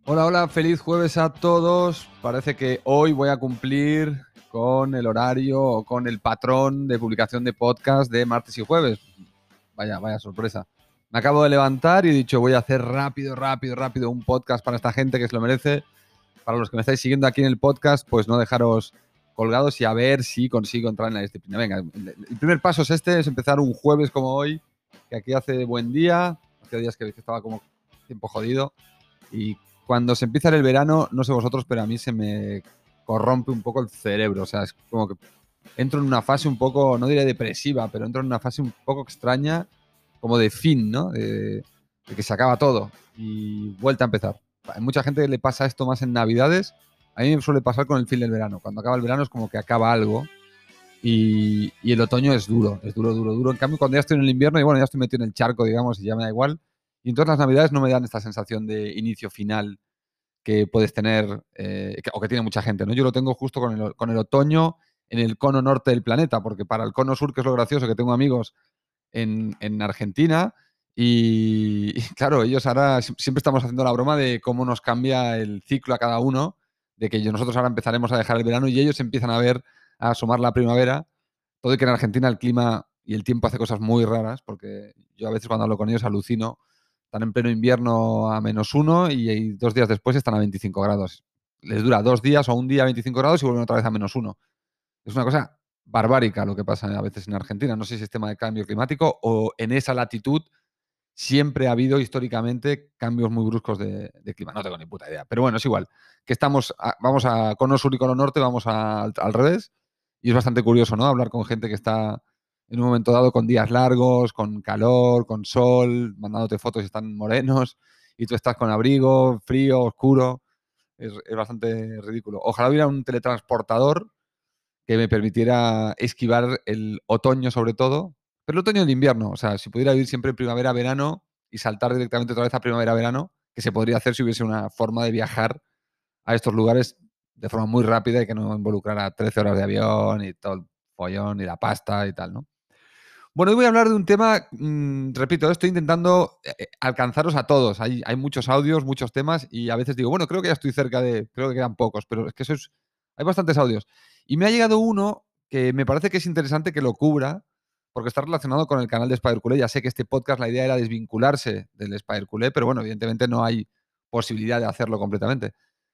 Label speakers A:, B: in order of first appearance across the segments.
A: Hola, hola, feliz jueves a todos. Parece que hoy voy a cumplir con el horario o con el patrón de publicación de podcast de martes y jueves. Vaya sorpresa. Me acabo de levantar y he dicho voy a hacer rápido un podcast para esta gente que se lo merece. Para los que me estáis siguiendo aquí en el podcast, pues no dejaros colgados y a ver si consigo entrar en la disciplina. Venga, el primer paso es es empezar un jueves como hoy, que aquí hace buen día. Hace días que estaba como tiempo jodido. Y cuando se empieza el verano, no sé vosotros, pero a mí se me corrompe un poco el cerebro. O sea, es como que entro en una fase un poco, no diré depresiva, pero entro en una fase un poco extraña, como de fin, ¿no? De que se acaba todo y vuelta a empezar. Hay mucha gente que le pasa esto más en Navidades. A mí me suele pasar con el fin del verano. Cuando acaba el verano es como que acaba algo y el otoño es duro, duro. En cambio, cuando ya estoy en el invierno y bueno, ya estoy metido en el charco, digamos, y ya me da igual. Y entonces las Navidades no me dan esta sensación de inicio final que puedes tener, o que tiene mucha gente, ¿no? Yo lo tengo justo con el otoño en el cono norte del planeta, porque para el cono sur, que es lo gracioso, que tengo amigos en Argentina, y claro, ellos ahora siempre estamos haciendo la broma de cómo nos cambia el ciclo a cada uno, de que nosotros ahora empezaremos a dejar el verano y ellos empiezan a ver, a asomar la primavera. Todo y que en Argentina el clima y el tiempo hace cosas muy raras, porque yo a veces cuando hablo con ellos alucino. Están en pleno invierno a -1 y 2 días después están a 25 grados. Les dura 2 días o un día a 25 grados y vuelven otra vez a -1. Es una cosa barbárica lo que pasa a veces en Argentina. No sé si es tema de cambio climático o en esa latitud siempre ha habido históricamente cambios muy bruscos de clima. No tengo ni puta idea. Pero bueno, es igual. Que vamos a cono sur y cono norte, vamos al revés. Y es bastante curioso, ¿no? Hablar con gente que está en un momento dado con días largos, con calor, con sol, mandándote fotos y están morenos, y tú estás con abrigo, frío, oscuro. Es bastante ridículo. Ojalá hubiera un teletransportador que me permitiera esquivar el otoño sobre todo, pero el otoño y el invierno. O sea, si pudiera vivir siempre primavera-verano y saltar directamente otra vez a primavera-verano, que se podría hacer si hubiese una forma de viajar a estos lugares de forma muy rápida y que no involucrara 13 horas de avión y todo el follón y la pasta y tal, ¿no? Bueno, hoy voy a hablar de un tema, repito, estoy intentando alcanzaros a todos. Hay muchos audios, muchos temas y a veces digo, bueno, creo que ya estoy cerca creo que quedan pocos, pero es que hay bastantes audios. Y me ha llegado uno que me parece que es interesante que lo cubra porque está relacionado con el canal de Spider Culé. Ya sé que este podcast, la idea era desvincularse del Spider Culé, pero bueno, evidentemente no hay posibilidad de hacerlo completamente.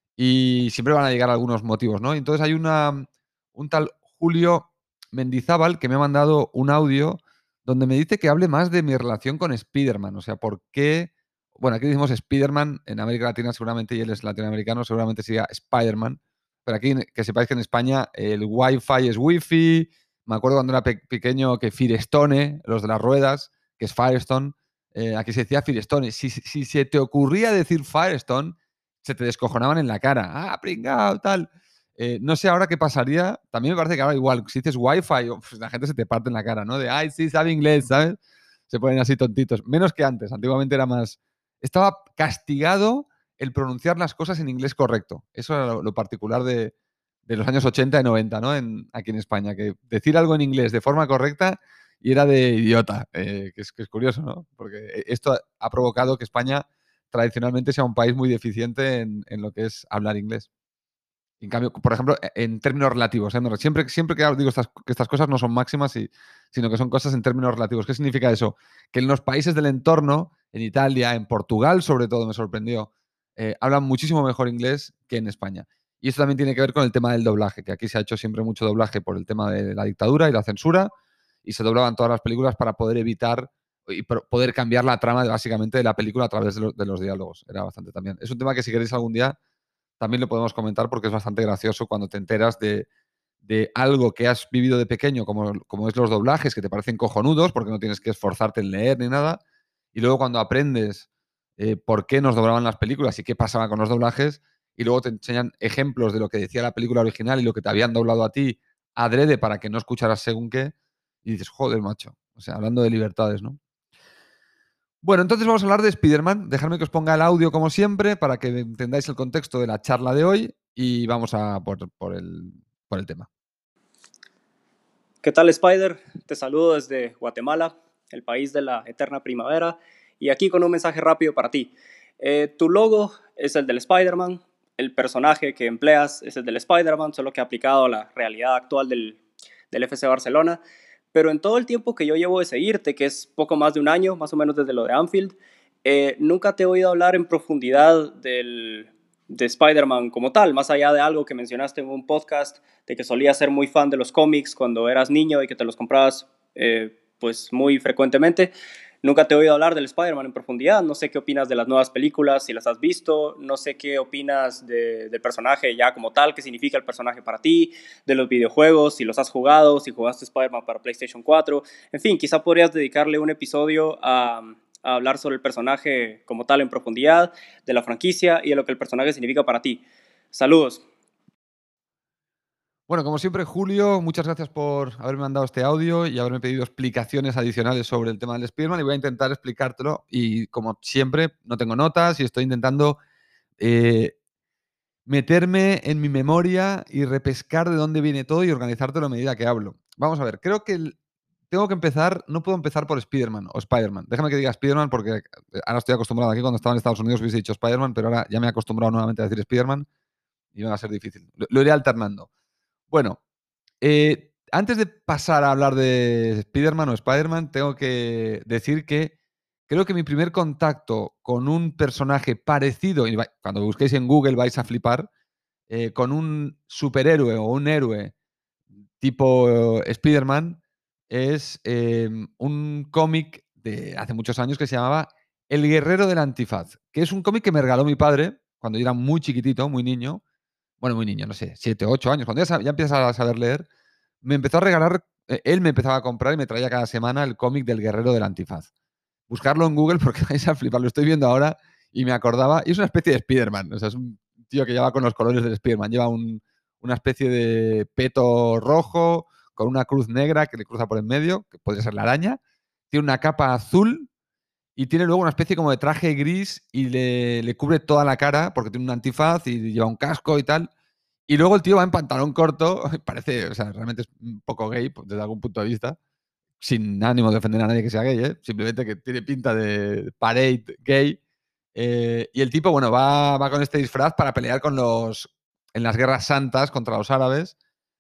A: Y siempre van a llegar algunos motivos, ¿no? Entonces hay un tal Julio Mendizábal que me ha mandado un audio donde me dice que hable más de mi relación con Spider-Man. O sea, por qué. Bueno, aquí decimos Spider-Man, en América Latina seguramente, y él es latinoamericano, seguramente sería Spider-Man. Pero aquí que sepáis que en España el Wi-Fi es Wi-Fi. Me acuerdo cuando era pequeño que Firestone, los de las ruedas, que es Firestone, aquí se decía Firestone. Si se te ocurría decir Firestone, se te descojonaban en la cara. ¡Ah, pringao, tal! No sé ahora qué pasaría. También me parece que ahora igual, si dices Wi-Fi, pues la gente se te parte en la cara, ¿no? De, ay, sí, sabe inglés, ¿sabes? Se ponen así tontitos. Menos que antes. Antiguamente era más. Estaba castigado el pronunciar las cosas en inglés correcto. Eso era lo particular de los años 80 y 90, ¿no? Aquí en España. Que decir algo en inglés de forma correcta y era de idiota. Que es curioso, ¿no? Porque esto ha provocado que España tradicionalmente sea un país muy deficiente en lo que es hablar inglés. En cambio, por ejemplo, en términos relativos, ¿eh? Siempre que os digo que estas cosas no son máximas, sino que son cosas en términos relativos. ¿Qué significa eso? Que en los países del entorno, en Italia, en Portugal sobre todo, me sorprendió, hablan muchísimo mejor inglés que en España. Y esto también tiene que ver con el tema del doblaje, que aquí se ha hecho siempre mucho doblaje por el tema de la dictadura y la censura, y se doblaban todas las películas para poder evitar y poder cambiar la trama básicamente de la película a través de los diálogos. Era bastante también. Es un tema que si queréis algún día también lo podemos comentar porque es bastante gracioso cuando te enteras de algo que has vivido de pequeño, como es los doblajes, que te parecen cojonudos porque no tienes que esforzarte en leer ni nada, y luego cuando aprendes por qué nos doblaban las películas y qué pasaba con los doblajes, y luego te enseñan ejemplos de lo que decía la película original y lo que te habían doblado a ti adrede para que no escucharas según qué, y dices, joder, macho. O sea, hablando de libertades, ¿no? Bueno, entonces vamos a hablar de Spider-Man. Dejadme que os ponga el audio como siempre para que entendáis el contexto de la charla de hoy y vamos a por el tema.
B: ¿Qué tal, Spider? Te saludo desde Guatemala, el país de la eterna primavera, y aquí con un mensaje rápido para ti. Tu logo es el del Spider-Man, el personaje que empleas es el del Spider-Man, solo que aplicado a la realidad actual del FC Barcelona. Pero en todo el tiempo que yo llevo de seguirte, que es poco más de un año, más o menos desde lo de Anfield, nunca te he oído hablar en profundidad de Spider-Man como tal, más allá de algo que mencionaste en un podcast, de que solías ser muy fan de los cómics cuando eras niño y que te los comprabas pues muy frecuentemente. Nunca te he oído hablar del Spider-Man en profundidad, no sé qué opinas de las nuevas películas, si las has visto, no sé qué opinas del personaje ya como tal, qué significa el personaje para ti, de los videojuegos, si los has jugado, si jugaste Spider-Man para PlayStation 4, en fin, quizá podrías dedicarle un episodio a hablar sobre el personaje como tal en profundidad, de la franquicia y de lo que el personaje significa para ti. Saludos.
A: Bueno, como siempre, Julio, muchas gracias por haberme mandado este audio y haberme pedido explicaciones adicionales sobre el tema del Spider-Man y voy a intentar explicártelo. Y como siempre, no tengo notas y estoy intentando meterme en mi memoria y repescar de dónde viene todo y organizártelo a medida que hablo. Vamos a ver, creo que tengo que empezar, no puedo empezar por Spider-Man o Spider-Man. Déjame que diga Spider-Man porque ahora estoy acostumbrado. Aquí cuando estaba en Estados Unidos hubiese dicho Spider-Man, pero ahora ya me he acostumbrado nuevamente a decir Spider-Man y me va a ser difícil. Lo iré alternando. Bueno, antes de pasar a hablar de Spider-Man o Spider-Man, tengo que decir que creo que mi primer contacto con un personaje parecido, y cuando busquéis en Google vais a flipar, con un superhéroe o un héroe tipo Spider-Man, es un cómic de hace muchos años que se llamaba El Guerrero del Antifaz, que es un cómic que me regaló mi padre cuando yo era muy chiquitito, muy niño, bueno, muy niño, no sé, 7 o 8 años, cuando ya empiezas a saber leer, me empezó a regalar, él me empezaba a comprar y me traía cada semana el cómic del Guerrero del Antifaz. Buscarlo en Google porque vais a flipar, lo estoy viendo ahora y me acordaba, y es una especie de Spider-Man, o sea, es un tío que lleva con los colores del Spider-Man, lleva una especie de peto rojo con una cruz negra que le cruza por en medio, que podría ser la araña, tiene una capa azul y tiene luego una especie como de traje gris y le cubre toda la cara porque tiene un antifaz y lleva un casco y tal. Y luego el tío va en pantalón corto, parece, o sea, realmente es un poco gay desde algún punto de vista, sin ánimo de ofender a nadie que sea gay, ¿eh? Simplemente que tiene pinta de parade gay. Y el tipo, bueno, va con este disfraz para pelear en las guerras santas contra los árabes.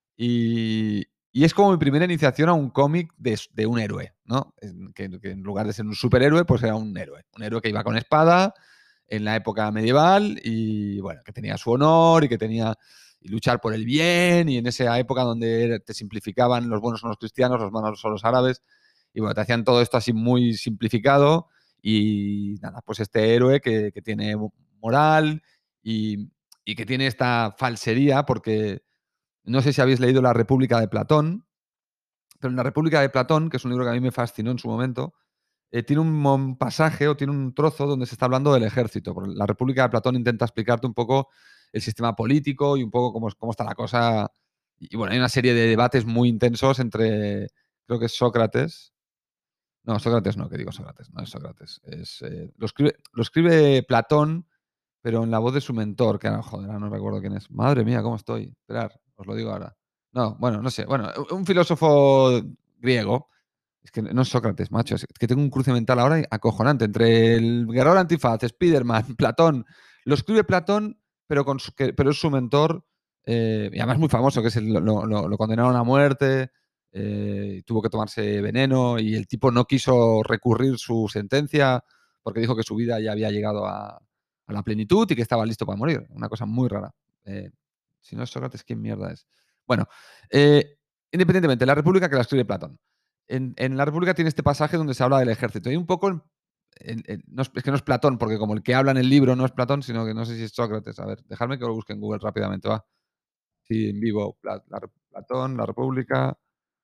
A: Y es como mi primera iniciación a un cómic de un héroe, ¿no? Que en lugar de ser un superhéroe, pues era un héroe. Un héroe que iba con espada en la época medieval y, bueno, que tenía su honor y que tenía y luchar por el bien y en esa época donde te simplificaban los buenos son los cristianos, los malos son los árabes y, bueno, te hacían todo esto así muy simplificado y nada, pues este héroe que tiene moral y que tiene esta falsería porque no sé si habéis leído La República de Platón, pero en La República de Platón, que es un libro que a mí me fascinó en su momento, tiene un pasaje o tiene un trozo donde se está hablando del ejército. Porque La República de Platón intenta explicarte un poco el sistema político y un poco cómo está la cosa. Y bueno, hay una serie de debates muy intensos entre, creo que es Sócrates. No, Sócrates no, que digo Sócrates, no es Sócrates. Lo escribe Platón, pero en la voz de su mentor, que ahora, joder, ahora no recuerdo quién es. Madre mía, ¿cómo estoy? Esperar, os lo digo ahora. No, bueno, no sé. Bueno, un filósofo griego. Es que no es Sócrates, macho. Es que tengo un cruce mental ahora acojonante entre el guerrero antifaz, Spiderman, Platón. Lo escribe Platón, pero es su mentor. Y además muy famoso, que lo condenaron a muerte. Tuvo que tomarse veneno y el tipo no quiso recurrir su sentencia porque dijo que su vida ya había llegado a la plenitud y que estaba listo para morir. Una cosa muy rara. Si no es Sócrates, ¿quién mierda es? Bueno, independientemente, la República que la escribe Platón. En la República tiene este pasaje donde se habla del ejército. Y un poco, no es que no es Platón, porque como el que habla en el libro no es Platón, sino que no sé si es Sócrates. A ver, dejadme que lo busque en Google rápidamente, va. Sí, en vivo. Platón, la República.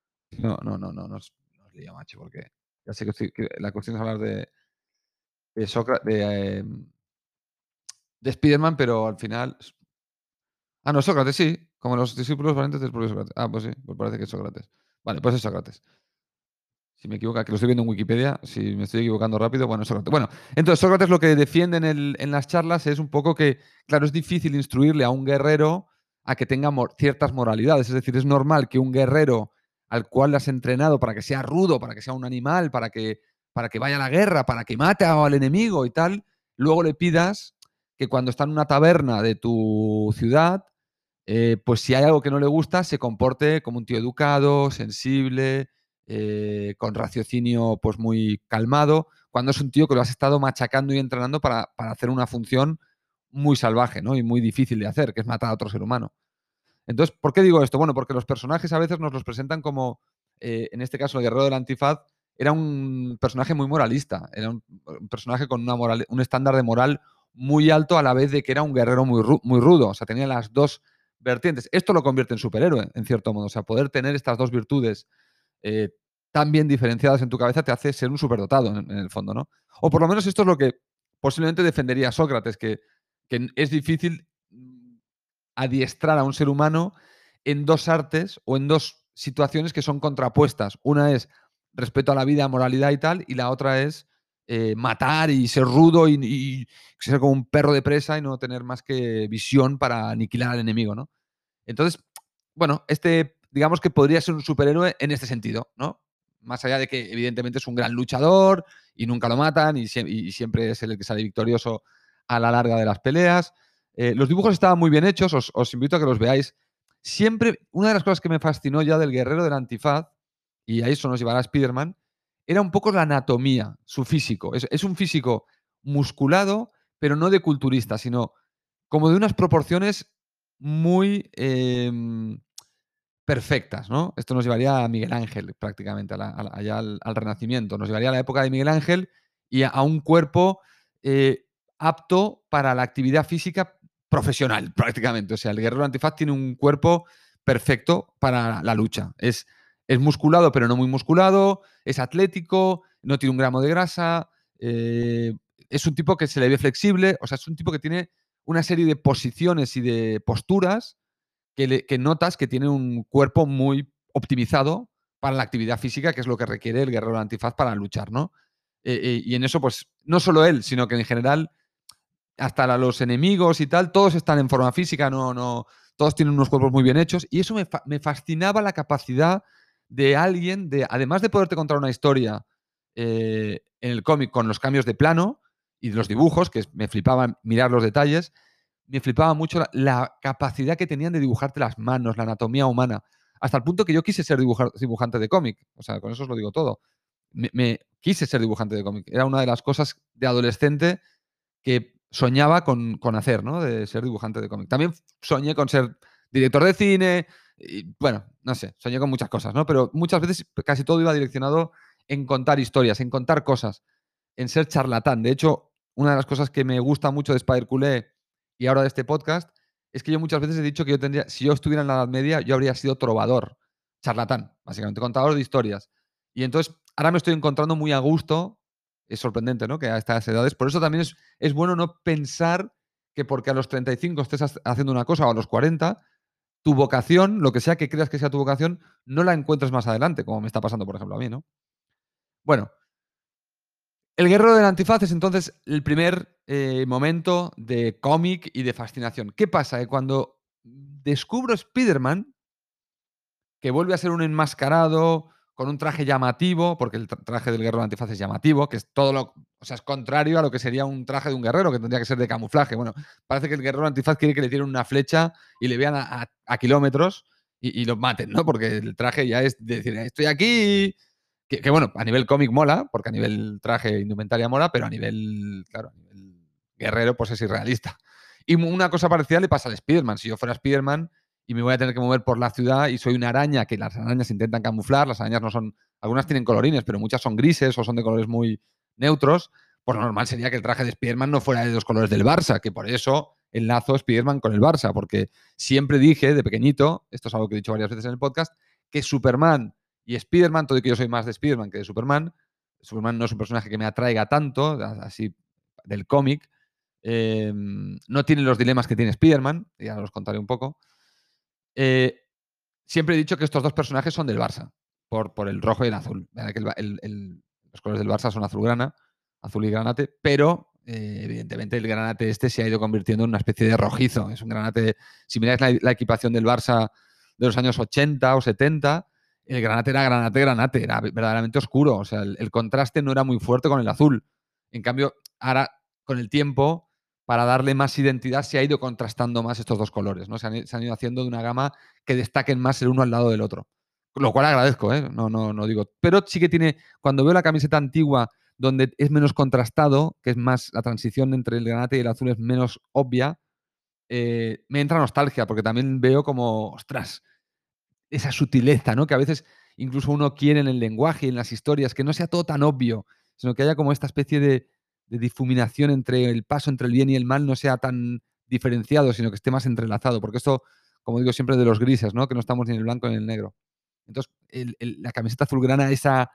A: No es lío, macho, porque ya sé que la cuestión es hablar de Sócrates, de Spiderman, pero al final. Ah, no, Sócrates, sí. Como los discípulos valientes del propio Sócrates. Ah, pues sí, pues parece que es Sócrates. Vale, pues es Sócrates. Si me equivoco, que lo estoy viendo en Wikipedia, si me estoy equivocando rápido, bueno, Sócrates. Bueno, entonces Sócrates lo que defiende en las charlas es un poco que, claro, es difícil instruirle a un guerrero a que tenga ciertas moralidades. Es decir, es normal que un guerrero al cual le has entrenado para que sea rudo, para que sea un animal, para que vaya a la guerra, para que mate al enemigo y tal, luego le pidas que cuando está en una taberna de tu ciudad, pues si hay algo que no le gusta, se comporte como un tío educado, sensible, con raciocinio pues muy calmado, cuando es un tío que lo has estado machacando y entrenando para hacer una función muy salvaje, ¿no? Y muy difícil de hacer, que es matar a otro ser humano. Entonces, ¿por qué digo esto? Bueno, porque los personajes a veces nos los presentan como, en este caso, el guerrero del antifaz era un personaje muy moralista, era un personaje con un estándar de moral muy alto a la vez de que era un guerrero muy rudo, o sea, tenía las dos vertientes. Esto lo convierte en superhéroe, en cierto modo, o sea, poder tener estas dos virtudes eh, tan bien diferenciadas en tu cabeza te hace ser un superdotado en el fondo, ¿no? O por lo menos esto es lo que posiblemente defendería Sócrates, que es difícil adiestrar a un ser humano en dos artes o en dos situaciones que son contrapuestas. Una es respeto a la vida, moralidad y tal, y la otra es matar y ser rudo y ser como un perro de presa y no tener más que visión para aniquilar al enemigo, ¿no? Entonces, bueno, digamos que podría ser un superhéroe en este sentido, ¿no? Más allá de que evidentemente es un gran luchador y nunca lo matan y siempre es el que sale victorioso a la larga de las peleas. Los dibujos estaban muy bien hechos, os invito a que los veáis. Siempre, una de las cosas que me fascinó ya del guerrero del antifaz, y a eso nos llevará Spider-Man, era un poco la anatomía, su físico. Es un físico musculado, pero no de culturista, sino como de unas proporciones muy perfectas, ¿no? Esto nos llevaría a Miguel Ángel prácticamente, allá al Renacimiento. Nos llevaría a la época de Miguel Ángel y a un cuerpo apto para la actividad física profesional, prácticamente. O sea, el guerrero antifaz tiene un cuerpo perfecto para la lucha. Es musculado, pero no muy musculado, es atlético, no tiene un gramo de grasa, es un tipo que se le ve flexible, o sea, es un tipo que tiene una serie de posiciones y de posturas que notas que tiene un cuerpo muy optimizado para la actividad física, que es lo que requiere el guerrero antifaz para luchar, ¿no? Y en eso, pues, no solo él, sino que en general, hasta los enemigos y tal, todos están en forma física, todos tienen unos cuerpos muy bien hechos, y eso me fascinaba la capacidad de alguien, además de poderte contar una historia en el cómic con los cambios de plano y los dibujos, que me flipaban mirar los detalles, me flipaba mucho la capacidad que tenían de dibujarte las manos, la anatomía humana, hasta el punto que yo quise ser dibujante de cómic. O sea, con eso os lo digo todo. Me quise ser dibujante de cómic. Era una de las cosas de adolescente que soñaba con hacer, ¿no? De ser dibujante de cómic. También soñé con ser director de cine, y, bueno, no sé, soñé con muchas cosas, ¿no? Pero muchas veces casi todo iba direccionado en contar historias, en contar cosas, en ser charlatán. De hecho, una de las cosas que me gusta mucho de Spider-Culé y ahora de este podcast es que yo muchas veces he dicho que si yo estuviera en la Edad Media, yo habría sido trovador, charlatán, básicamente, contador de historias. Y entonces, ahora me estoy encontrando muy a gusto. Es sorprendente, ¿no? Que a estas edades. Por eso también es bueno no pensar que porque a los 35 estés haciendo una cosa o a los 40, tu vocación, lo que sea que creas que sea tu vocación, no la encuentres más adelante, como me está pasando, por ejemplo, a mí, ¿no? Bueno, el guerrero del antifaz es entonces el primer momento de cómic y de fascinación. ¿Qué pasa? Que cuando descubro Spider-Man, que vuelve a ser un enmascarado con un traje llamativo, porque el traje del guerrero antifaz es llamativo, que es o sea, es contrario a lo que sería un traje de un guerrero, que tendría que ser de camuflaje. Bueno, parece que el guerrero antifaz quiere que le tiren una flecha y le vean a kilómetros y lo maten, ¿no? Porque el traje ya es de decir, estoy aquí. Que bueno, a nivel cómic mola, porque a nivel traje, indumentaria mola, pero a nivel, claro, a nivel guerrero, pues es irrealista. Y una cosa parecida le pasa al Spider-Man. Si yo fuera Spider-Man y me voy a tener que mover por la ciudad y soy una araña, que las arañas intentan camuflar, las arañas no son, algunas tienen colorines, pero muchas son grises o son de colores muy neutros, pues lo normal sería que el traje de Spider-Man no fuera de los colores del Barça, que por eso enlazo Spider-Man con el Barça, porque siempre dije de pequeñito, esto es algo que he dicho varias veces en el podcast, que Superman y Spider-Man, todo y que yo soy más de Spider-Man que de Superman, Superman no es un personaje que me atraiga tanto, así del cómic, no tiene los dilemas que tiene Spider-Man, ya los contaré un poco. Siempre he dicho que estos dos personajes son del Barça, por el rojo y el azul. Los colores del Barça son azulgrana, azul y granate, pero evidentemente el granate este se ha ido convirtiendo en una especie de rojizo. Es un granate, si miráis la equipación del Barça de los años 80 o 70, el granate era granate, era verdaderamente oscuro. O sea, el contraste no era muy fuerte con el azul. En cambio, ahora con el tiempo, para darle más identidad, se ha ido contrastando más estos dos colores, ¿no? Se han ido haciendo de una gama que destaquen más el uno al lado del otro. Lo cual agradezco, ¿eh? No digo. Pero sí que tiene, cuando veo la camiseta antigua, donde es menos contrastado, que es más, la transición entre el granate y el azul es menos obvia, me entra nostalgia, porque también veo como, ostras, esa sutileza, ¿no? Que a veces incluso uno quiere en el lenguaje y en las historias, que no sea todo tan obvio, sino que haya como esta especie de difuminación entre el paso entre el bien y el mal, no sea tan diferenciado, sino que esté más entrelazado. Porque esto, como digo siempre, de los grises, ¿no? Que no estamos ni en el blanco ni en el negro. Entonces, la camiseta azulgrana,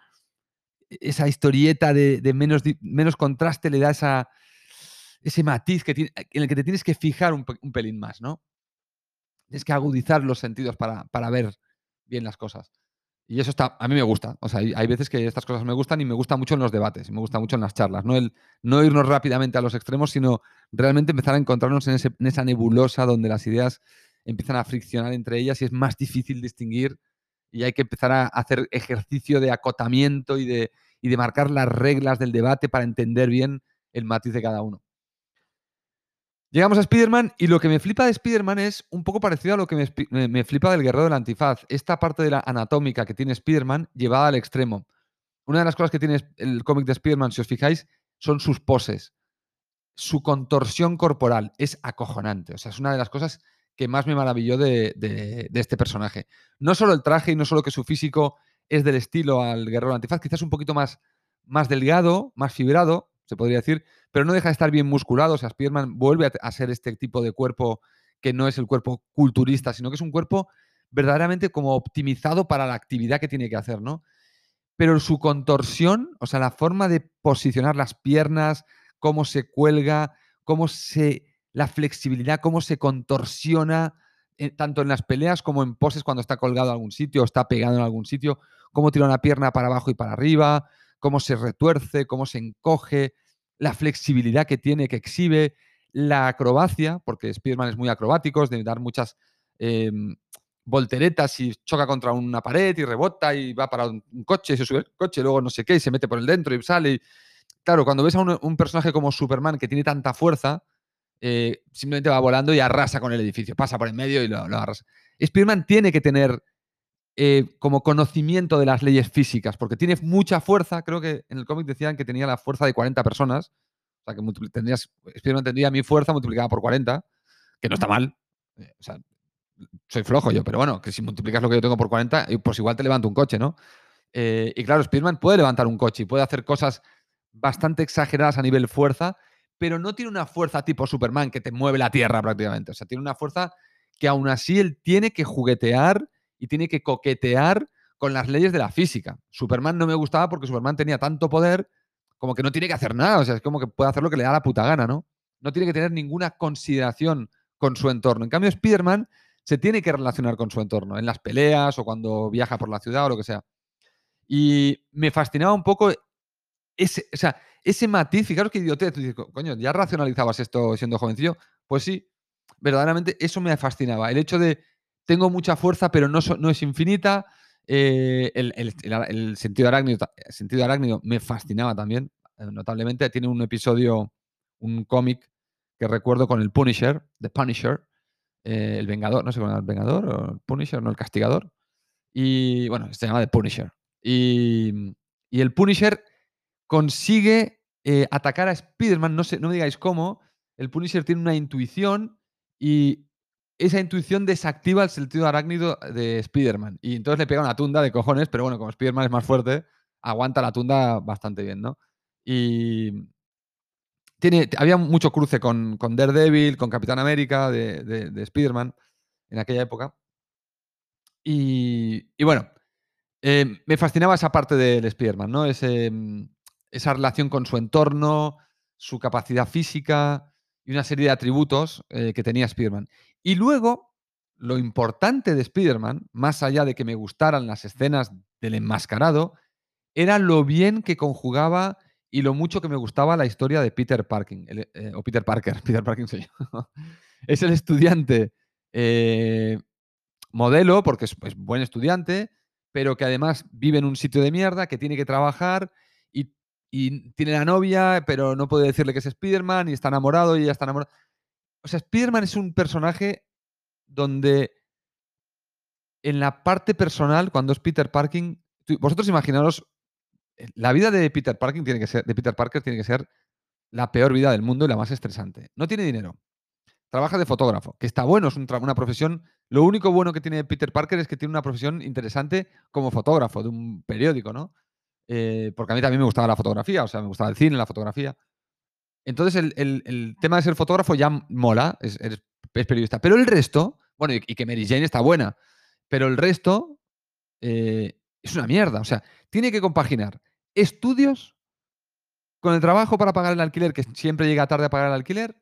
A: esa historieta de menos contraste, le da ese matiz en el que te tienes que fijar un pelín más, ¿no? Tienes que agudizar los sentidos para ver bien las cosas. Y eso está, a mí me gusta. O sea, hay veces que estas cosas me gustan y me gusta mucho en los debates, me gusta mucho en las charlas. No irnos rápidamente a los extremos, sino realmente empezar a encontrarnos en esa nebulosa donde las ideas empiezan a friccionar entre ellas y es más difícil distinguir y hay que empezar a hacer ejercicio de acotamiento y de marcar las reglas del debate para entender bien el matiz de cada uno. Llegamos a Spider-Man y lo que me flipa de Spider-Man es un poco parecido a lo que me flipa del Guerrero del Antifaz. Esta parte de la anatómica que tiene Spider-Man llevada al extremo. Una de las cosas que tiene el cómic de Spider-Man, si os fijáis, son sus poses. Su contorsión corporal es acojonante. O sea, es una de las cosas que más me maravilló de este personaje. No solo el traje y no solo que su físico es del estilo al Guerrero del Antifaz, quizás un poquito más delgado, más fibrado, se podría decir, pero no deja de estar bien musculado. O sea, Spider-Man vuelve a ser este tipo de cuerpo que no es el cuerpo culturista, sino que es un cuerpo verdaderamente como optimizado para la actividad que tiene que hacer, ¿no? Pero su contorsión, o sea, la forma de posicionar las piernas, cómo se cuelga, la flexibilidad, cómo se contorsiona, tanto en las peleas como en poses cuando está colgado en algún sitio o está pegado en algún sitio, cómo tira una pierna para abajo y para arriba, cómo se retuerce, cómo se encoge, la flexibilidad que tiene, que exhibe, la acrobacia, porque Spider-Man es muy acrobático, es de dar muchas volteretas y choca contra una pared y rebota y va para un coche y se sube el coche, y luego no sé qué, y se mete por el dentro y sale. Y, claro, cuando ves a un personaje como Superman que tiene tanta fuerza, simplemente va volando y arrasa con el edificio, pasa por en medio y lo arrasa. Spider-Man tiene que tener como conocimiento de las leyes físicas, porque tiene mucha fuerza. Creo que en el cómic decían que tenía la fuerza de 40 personas. O sea, que Spider-Man tendría mi fuerza multiplicada por 40, que no está mal. O sea, soy flojo yo, pero bueno, que si multiplicas lo que yo tengo por 40, pues igual te levanto un coche, ¿no? Y claro, Spider-Man puede levantar un coche y puede hacer cosas bastante exageradas a nivel fuerza, pero no tiene una fuerza tipo Superman que te mueve la tierra prácticamente. O sea, tiene una fuerza que aún así él tiene que juguetear y tiene que coquetear con las leyes de la física. Superman no me gustaba porque Superman tenía tanto poder como que no tiene que hacer nada. O sea, es como que puede hacer lo que le da la puta gana, ¿no? No tiene que tener ninguna consideración con su entorno. En cambio, Spider-Man se tiene que relacionar con su entorno, en las peleas o cuando viaja por la ciudad o lo que sea. Y me fascinaba un poco ese matiz. Fijaros qué idiotez. Tú dices, coño, ¿ya racionalizabas esto siendo jovencillo? Pues sí, verdaderamente eso me fascinaba. El hecho de tengo mucha fuerza, pero no es infinita. El sentido arácnido me fascinaba también, notablemente. Tiene un episodio, un cómic que recuerdo con el Punisher, The Punisher, el Vengador, no sé cómo era, el Vengador o el Punisher, no, el Castigador. Y bueno, se llama The Punisher. Y el Punisher consigue atacar a Spider-Man, no sé, no me digáis cómo. El Punisher tiene una intuición y esa intuición desactiva el sentido arácnido de Spider-Man. Y entonces le pega una tunda de cojones, pero bueno, como Spider-Man es más fuerte, aguanta la tunda bastante bien, ¿no? Y había mucho cruce con Daredevil, con Capitán América, de Spider-Man en aquella época. Y bueno, me fascinaba esa parte del Spider-Man, ¿no? Esa relación con su entorno, su capacidad física y una serie de atributos que tenía Spider-Man. Y luego, lo importante de Spider-Man, más allá de que me gustaran las escenas del enmascarado, era lo bien que conjugaba y lo mucho que me gustaba la historia de Peter Parker, o Peter Parker, Peter Parker soy yo. Es el estudiante modelo, porque es buen estudiante, pero que además vive en un sitio de mierda, que tiene que trabajar y y tiene la novia, pero no puede decirle que es Spider-Man y está enamorado y ella está enamorada. O sea, Spider-Man es un personaje donde en la parte personal, cuando es Peter Parking, vosotros imaginaros, la vida de Peter Parking tiene que ser, de Peter Parker tiene que ser la peor vida del mundo y la más estresante. No tiene dinero. Trabaja de fotógrafo, que está bueno, es una profesión. Lo único bueno que tiene Peter Parker es que tiene una profesión interesante como fotógrafo de un periódico, ¿no? Porque a mí también me gustaba la fotografía, o sea, me gustaba el cine, la fotografía. Entonces, el tema de ser fotógrafo ya mola, es periodista. Pero el resto, bueno, y que Mary Jane está buena, pero el resto es una mierda. O sea, tiene que compaginar estudios con el trabajo para pagar el alquiler, que siempre llega tarde a pagar el alquiler,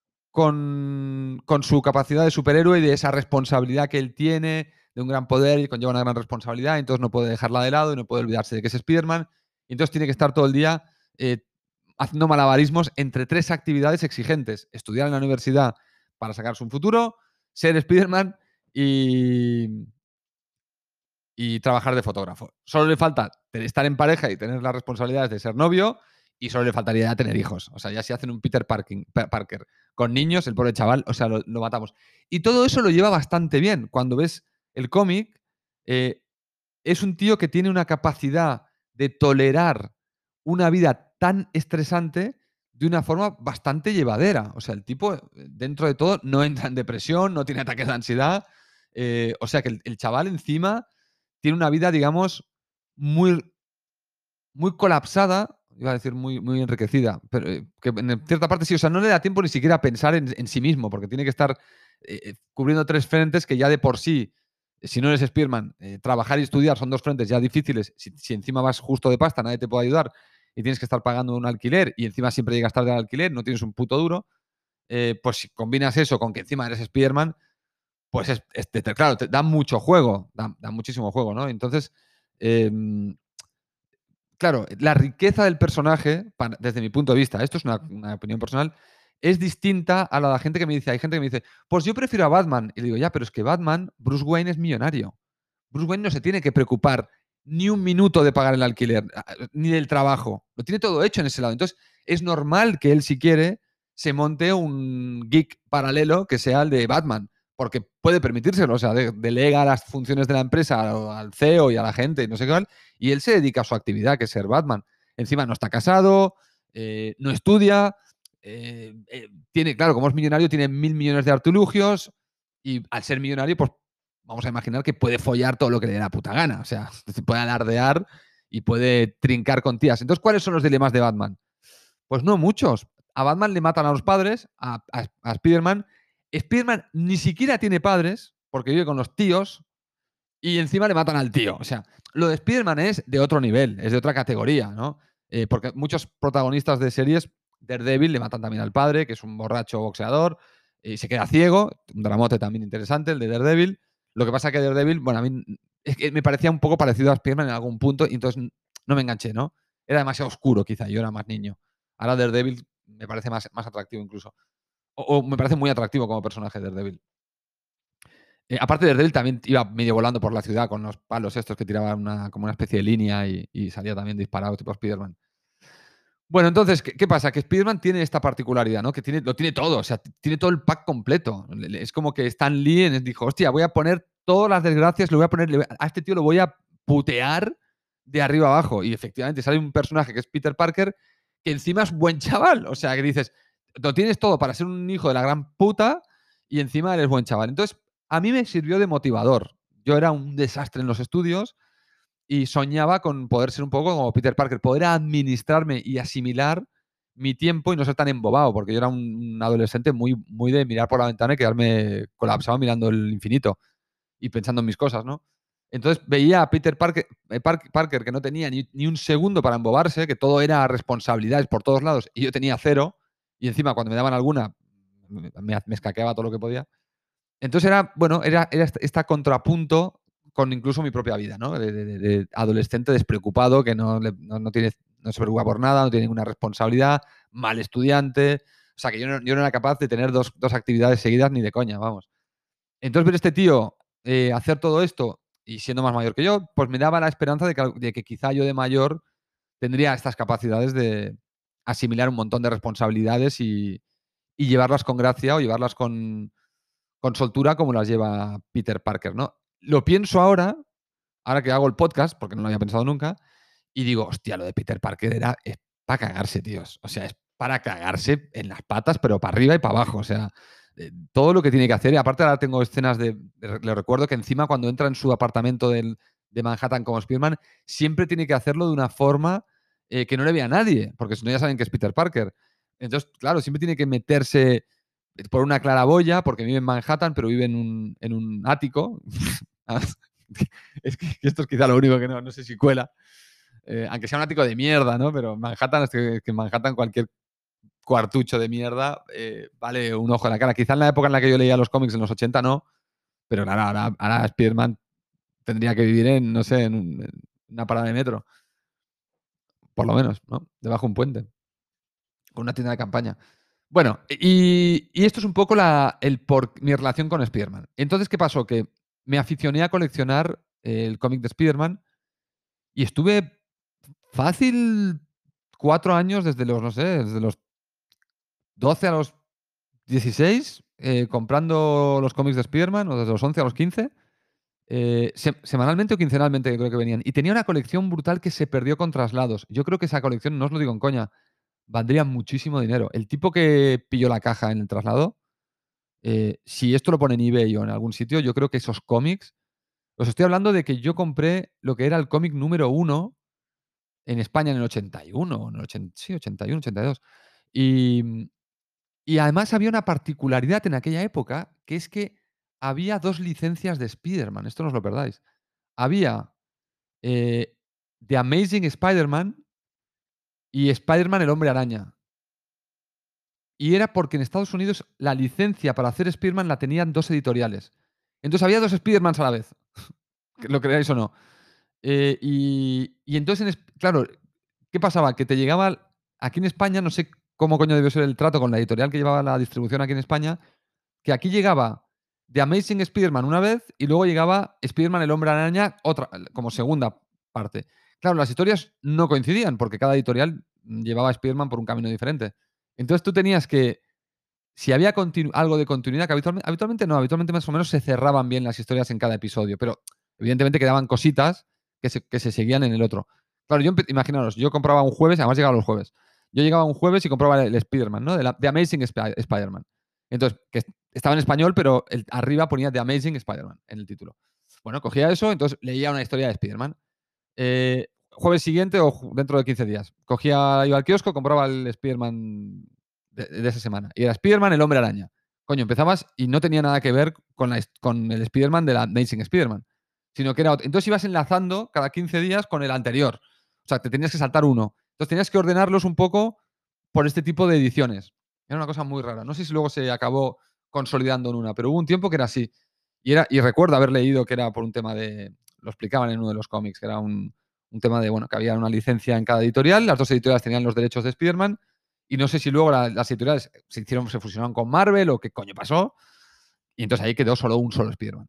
A: con su capacidad de superhéroe y de esa responsabilidad que él tiene, de un gran poder y conlleva una gran responsabilidad, entonces no puede dejarla de lado y no puede olvidarse de que es Spider-Man, y entonces tiene que estar todo el día haciendo malabarismos entre tres actividades exigentes: estudiar en la universidad para sacarse un futuro, ser Spider-Man y, y trabajar de fotógrafo. Solo le falta estar en pareja y tener las responsabilidades de ser novio, y solo le faltaría ya tener hijos. O sea, ya si hacen un Parker con niños, el pobre chaval, o sea, lo matamos. Y todo eso lo lleva bastante bien. Cuando ves el cómic, es un tío que tiene una capacidad de tolerar una vida tan estresante de una forma bastante llevadera. O sea, el tipo, dentro de todo, no entra en depresión, no tiene ataques de ansiedad. O sea, que el chaval encima tiene una vida, digamos, muy, muy colapsada, iba a decir muy enriquecida, pero que en cierta parte sí, o sea, no le da tiempo ni siquiera a pensar en sí mismo, porque tiene que estar cubriendo tres frentes que ya de por sí, si no eres Spearman, trabajar y estudiar son dos frentes ya difíciles. Si encima vas justo de pasta, nadie te puede ayudar y tienes que estar pagando un alquiler y encima siempre llegas tarde al alquiler, no tienes un puto duro, pues si combinas eso con que encima eres Spearman, pues claro, te da mucho juego, da muchísimo juego, ¿no? Entonces, claro, la riqueza del personaje, desde mi punto de vista, esto es una opinión personal, es distinta a la de la gente que me dice. Hay gente que me dice, pues yo prefiero a Batman. Y le digo, ya, pero es que Batman, Bruce Wayne es millonario. Bruce Wayne no se tiene que preocupar ni un minuto de pagar el alquiler, ni del trabajo. Lo tiene todo hecho en ese lado. Entonces, es normal que él, si quiere, se monte un geek paralelo que sea el de Batman, porque puede permitírselo. O sea, delega las funciones de la empresa al CEO y a la gente, y no sé qué, y él se dedica a su actividad, que es ser Batman. Encima no está casado, no estudia, tiene, claro, como es millonario, tiene 1.000 millones de artilugios, y al ser millonario, pues vamos a imaginar que puede follar todo lo que le dé la puta gana. O sea, puede alardear y puede trincar con tías. Entonces, ¿cuáles son los dilemas de Batman? Pues no muchos. A Batman le matan a los padres, a Spider-Man. Spider-Man ni siquiera tiene padres, porque vive con los tíos, y encima le matan al tío. O sea, lo de Spider-Man es de otro nivel, es de otra categoría, ¿no? Porque muchos protagonistas de series, Daredevil, le matan también al padre, que es un borracho boxeador, y se queda ciego. Un dramote también interesante, el de Daredevil. Lo que pasa que Daredevil, bueno, a mí es que me parecía un poco parecido a Spider-Man en algún punto, y entonces no me enganché, ¿no? Era demasiado oscuro, quizá, yo era más niño. Ahora Daredevil me parece más atractivo incluso. O me parece muy atractivo como personaje Daredevil. Aparte de Daredevil, también iba medio volando por la ciudad con los palos estos que tiraban como una especie de línea, y salía también disparado, tipo Spider-Man. Bueno, entonces, ¿qué pasa? Que Spider-Man tiene esta particularidad, ¿no? Que lo tiene todo, o sea, tiene todo el pack completo. Es como que Stan Lee dijo, hostia, voy a poner todas las desgracias, a este tío lo voy a putear de arriba abajo. Y efectivamente sale un personaje que es Peter Parker, que encima es buen chaval. O sea, que dices, lo tienes todo para ser un hijo de la gran puta y encima eres buen chaval. Entonces, a mí me sirvió de motivador. Yo era un desastre en los estudios y soñaba con poder ser un poco como Peter Parker, poder administrarme y asimilar mi tiempo y no ser tan embobado, porque yo era un adolescente muy de mirar por la ventana y quedarme colapsado mirando el infinito y pensando en mis cosas, ¿no? Entonces veía a Peter Parker que no tenía ni un segundo para embobarse, que todo era responsabilidades por todos lados y yo tenía cero, y encima cuando me daban alguna me escaqueaba todo lo que podía. Entonces era, bueno, era este contrapunto con incluso mi propia vida, ¿no? De adolescente despreocupado, que no se preocupa por nada, no tiene ninguna responsabilidad, mal estudiante. O sea, que yo no era capaz de tener dos actividades seguidas ni de coña, vamos. Entonces ver a este tío hacer todo esto y siendo más mayor que yo, pues me daba la esperanza de que quizá yo de mayor tendría estas capacidades de asimilar un montón de responsabilidades y llevarlas con gracia o llevarlas con soltura como las lleva Peter Parker, ¿no? Lo pienso ahora que hago el podcast, porque no lo había pensado nunca, y digo, hostia, lo de Peter Parker es para cagarse, tíos. O sea, es para cagarse en las patas, pero para arriba y para abajo. O sea, todo lo que tiene que hacer. Y aparte ahora tengo escenas le recuerdo que encima cuando entra en su apartamento de Manhattan como Spider-Man, siempre tiene que hacerlo de una forma que no le vea a nadie, porque si no ya saben que es Peter Parker. Entonces, claro, siempre tiene que meterse por una claraboya, porque vive en Manhattan, pero vive en un ático. Es que esto es quizá lo único que no sé si cuela. Aunque sea un ático de mierda, ¿no? Pero Manhattan, es que en Manhattan cualquier cuartucho de mierda vale un ojo en la cara. Quizá en la época en la que yo leía los cómics, en los 80, no, pero claro, ahora Spider-Man tendría que vivir en, no sé, en una parada de metro, por lo menos, ¿no? Debajo de un puente, con una tienda de campaña. Bueno, y esto es un poco mi relación con Spider-Man. Entonces, ¿qué pasó? Que me aficioné a coleccionar el cómic de Spider-Man y estuve fácil 4 años desde los, no sé, desde los 12 a los 16, comprando los cómics de Spider-Man, o desde los 11 a los 15, semanalmente o quincenalmente creo que venían. Y tenía una colección brutal que se perdió con traslados. Yo creo que esa colección, no os lo digo en coña, valdría muchísimo dinero. El tipo que pilló la caja en el traslado, si esto lo pone en eBay o en algún sitio, yo creo que esos cómics, os estoy hablando de que yo compré lo que era el cómic número uno en España en el 81, en el 80, sí, 81, 82. Y, y además había una particularidad en aquella época, que es que había 2 licencias de Spider-Man, esto no os lo perdáis. Había, The Amazing Spider-Man y Spider-Man el Hombre Araña. Y era porque en Estados Unidos la licencia para hacer Spider-Man la tenían 2 editoriales. Entonces había 2 Spider-Mans a la vez, que lo creáis o no. Y entonces, claro, ¿qué pasaba? Que te llegaba aquí en España, no sé cómo coño debió ser el trato con la editorial que llevaba la distribución aquí en España, que aquí llegaba The Amazing Spider-Man una vez y luego llegaba Spider-Man el Hombre Araña otra, como segunda parte. Claro, las historias no coincidían porque cada editorial llevaba a Spider-Man por un camino diferente. Entonces tú tenías que, si había algo de continuidad, que habitualmente no, habitualmente más o menos se cerraban bien las historias en cada episodio, pero evidentemente quedaban cositas que se seguían en el otro. Claro, imaginaros, yo compraba un jueves, además llegaba los jueves. Yo llegaba un jueves y compraba el Spider-Man, ¿no? De Amazing Spider-Man. Entonces, que estaba en español, pero arriba ponía The Amazing Spider-Man en el título. Bueno, cogía eso, entonces leía una historia de Spider-Man. Jueves siguiente o dentro de 15 días. Iba al kiosco, compraba el Spider-Man de esa semana. Y era Spider-Man, el Hombre Araña. Coño, empezabas y no tenía nada que ver con el Spider-Man de la Amazing Spider-Man. Sino que era otro. Entonces ibas enlazando cada 15 días con el anterior. O sea, te tenías que saltar uno. Entonces tenías que ordenarlos un poco por este tipo de ediciones. Era una cosa muy rara. No sé si luego se acabó consolidando en una, pero hubo un tiempo que era así. Y recuerdo haber leído que era por un tema de. Lo explicaban en uno de los cómics, que era un tema de, bueno, que había una licencia en cada editorial, las 2 editoriales tenían los derechos de Spider-Man, y no sé si luego las editoriales se fusionaron con Marvel o qué coño pasó, y entonces ahí quedó solo un solo Spider-Man.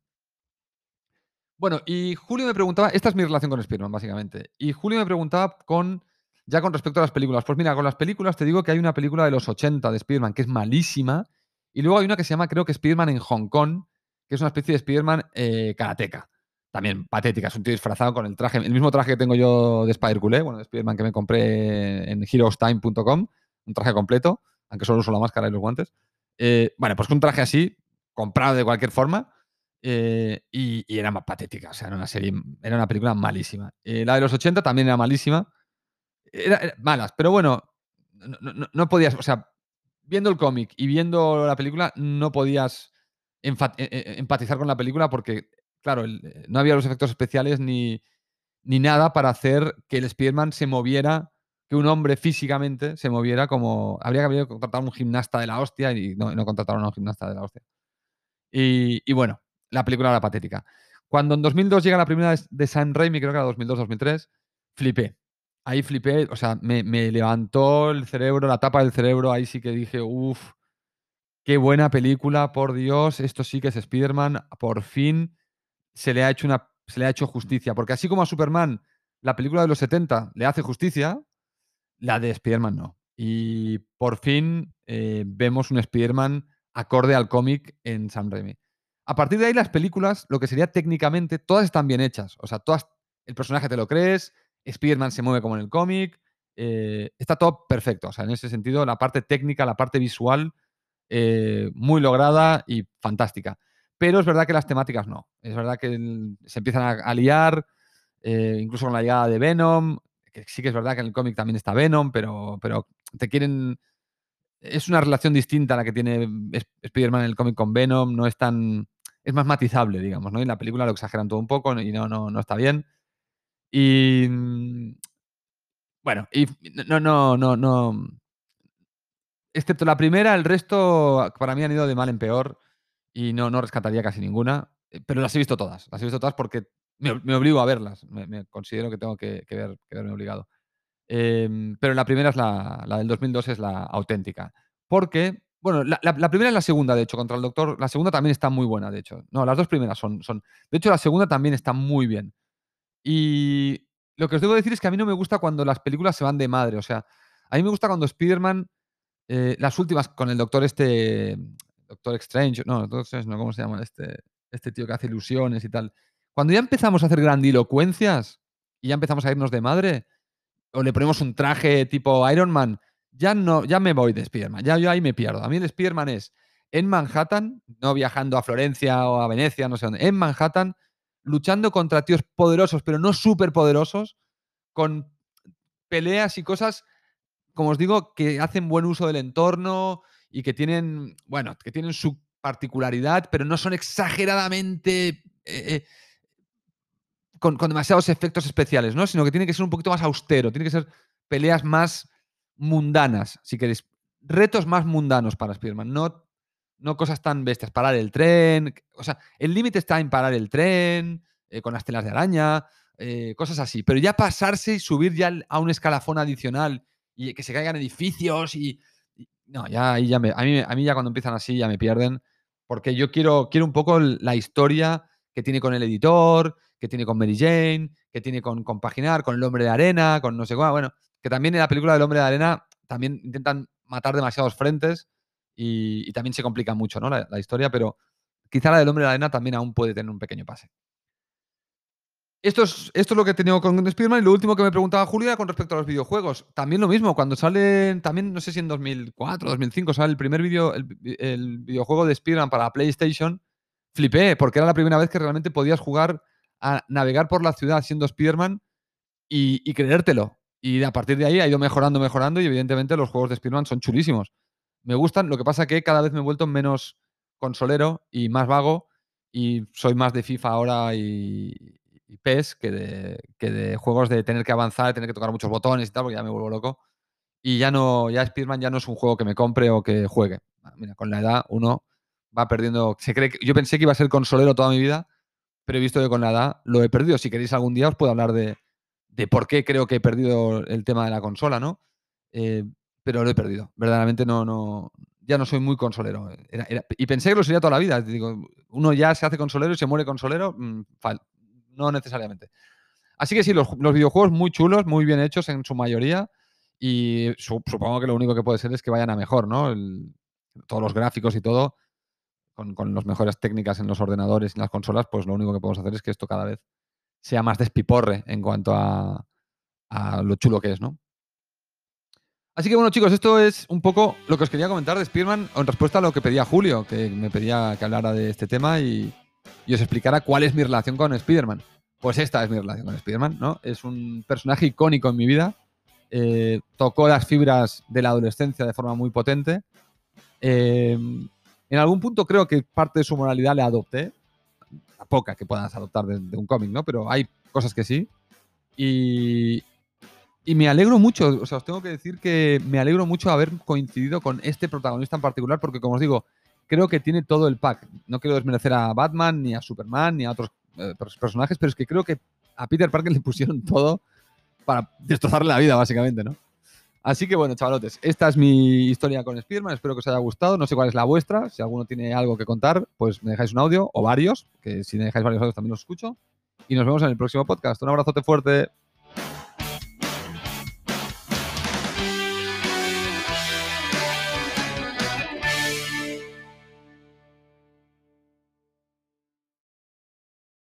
A: Bueno, y Julio me preguntaba, esta es mi relación con Spider-Man, básicamente, y Julio me preguntaba ya con respecto a las películas. Pues mira, con las películas te digo que hay una película de los 80 de Spider-Man que es malísima, y luego hay una que se llama, creo que Spider-Man en Hong Kong, que es una especie de Spider-Man karateca. También patética, es un tío disfrazado con el mismo traje que tengo yo de Spider-Culé, bueno, de Spider-Man que me compré en heroestime.com, un traje completo, aunque solo uso la máscara y los guantes. Bueno, pues un traje así, comprado de cualquier forma, y era más patética, o sea, era una película malísima. La de los 80 también era malísima, malas, pero bueno, no podías, o sea, viendo el cómic y viendo la película, no podías empatizar con la película porque, claro, no había los efectos especiales ni nada para hacer que el Spider-Man se moviera, que un hombre físicamente se moviera como. Habría que haber contratado a un gimnasta de la hostia y no contrataron a un gimnasta de la hostia. Y bueno, la película era patética. Cuando en 2002 llega la primera de Sam Raimi, creo que era 2002-2003, flipé. Ahí flipé, o sea, me levantó el cerebro, la tapa del cerebro, ahí sí que dije, uff, qué buena película, por Dios, esto sí que es Spider-Man, por fin se le ha hecho justicia, porque así como a Superman la película de los 70 le hace justicia, la de Spider-Man no. Y por fin vemos un Spider-Man acorde al cómic en Sam Raimi. A partir de ahí, las películas, lo que sería técnicamente, todas están bien hechas. O sea, todas, el personaje te lo crees, Spider-Man se mueve como en el cómic, está todo perfecto. O sea, en ese sentido, la parte técnica, la parte visual, muy lograda y fantástica. Pero es verdad que las temáticas no. Es verdad que se empiezan a liar, incluso con la llegada de Venom, que sí que es verdad que en el cómic también está Venom, pero te quieren... Es una relación distinta a la que tiene Spider-Man en el cómic con Venom, no es tan... Es más matizable, digamos, ¿no? Y en la película lo exageran todo un poco y no está bien. Y... Bueno, y no. Excepto la primera, el resto para mí han ido de mal en peor y no rescataría casi ninguna. Pero las he visto todas. Las he visto todas porque me obligo a verlas. Me considero que tengo que verme obligado. Pero la primera es la del 2002 es la auténtica. Porque, bueno, la primera y la segunda, de hecho, contra el Doctor. La segunda también está muy buena, de hecho. No, las dos primeras son. De hecho, la segunda también está muy bien. Y lo que os debo decir es que a mí no me gusta cuando las películas se van de madre. O sea, a mí me gusta cuando Spider-Man, las últimas, con el Doctor Doctor Strange, no, Doctor Strange no, ¿cómo se llama? Este tío que hace ilusiones y tal. Cuando ya empezamos a hacer grandilocuencias y ya empezamos a irnos de madre, o le ponemos un traje tipo Iron Man, ya me voy de Spider-Man, ya yo ahí me pierdo. A mí el Spider-Man es en Manhattan, no viajando a Florencia o a Venecia, no sé dónde, en Manhattan, luchando contra tíos poderosos, pero no súper poderosos, con peleas y cosas, como os digo, que hacen buen uso del entorno y que tienen, bueno, que tienen su particularidad, pero no son exageradamente con demasiados efectos especiales, ¿no? Sino que tiene que ser un poquito más austero, tiene que ser peleas más mundanas, si queréis. Retos más mundanos para Spider-Man, no cosas tan bestias. Parar el tren, o sea, el límite está en parar el tren, con las telas de araña, cosas así. Pero ya pasarse y subir ya a un escalafón adicional y que se caigan edificios no, ya ahí a mí ya cuando empiezan así ya me pierden, porque yo quiero un poco la historia que tiene con el editor, que tiene con Mary Jane, que tiene con compaginar con el Hombre de Arena, con no sé cuál. Bueno, que también en la película del Hombre de Arena también intentan matar demasiados frentes y también se complica mucho, ¿no? La historia, pero quizá la del Hombre de Arena también aún puede tener un pequeño pase. Esto es lo que he tenido con Spider-Man. Y lo último que me preguntaba Julio era con respecto a los videojuegos. También lo mismo, cuando salen, también no sé si en 2004 o 2005 sale el primer el videojuego de Spider-Man para PlayStation, flipé, porque era la primera vez que realmente podías jugar a navegar por la ciudad siendo Spider-Man y creértelo. Y a partir de ahí ha ido mejorando y evidentemente los juegos de Spider-Man son chulísimos. Me gustan, lo que pasa que cada vez me he vuelto menos consolero y más vago y soy más de FIFA ahora y PES que de juegos de tener que avanzar, tener que tocar muchos botones y tal, porque ya me vuelvo loco. Y ya Spider-Man ya no es un juego que me compre o que juegue. Mira, con la edad uno va perdiendo. Yo pensé que iba a ser consolero toda mi vida, pero he visto que con la edad lo he perdido. Si queréis algún día os puedo hablar de por qué creo que he perdido el tema de la consola, ¿no? Eh, pero lo he perdido. Verdaderamente ya no soy muy consolero. Y pensé que lo sería toda la vida. Digo, uno ya se hace consolero y se muere consolero. No necesariamente. Así que sí, los videojuegos muy chulos, muy bien hechos en su mayoría. Y supongo que lo único que puede ser es que vayan a mejor, ¿no? Todos los gráficos y todo, con las mejores técnicas en los ordenadores y en las consolas, pues lo único que podemos hacer es que esto cada vez sea más despiporre en cuanto a lo chulo que es, ¿no? Así que bueno, chicos, esto es un poco lo que os quería comentar de Spearman en respuesta a lo que pedía Julio, que me pedía que hablara de este tema y os explicara cuál es mi relación con Spider-Man. Pues esta es mi relación con Spider-Man, ¿no? Es un personaje icónico en mi vida. Tocó las fibras de la adolescencia de forma muy potente. En algún punto creo que parte de su moralidad le adopté. La poca que puedas adoptar de un cómic, ¿no? Pero hay cosas que sí. Y me alegro mucho, o sea, os tengo que decir que me alegro mucho haber coincidido con este protagonista en particular, porque como os digo, creo que tiene todo el pack. No quiero desmerecer a Batman, ni a Superman, ni a otros personajes, pero es que creo que a Peter Parker le pusieron todo para destrozarle la vida, básicamente, ¿no? Así que bueno, chavalotes, esta es mi historia con Spider-Man, espero que os haya gustado, no sé cuál es la vuestra, si alguno tiene algo que contar, pues me dejáis un audio, o varios, que si me dejáis varios audios también los escucho, y nos vemos en el próximo podcast. Un abrazote fuerte.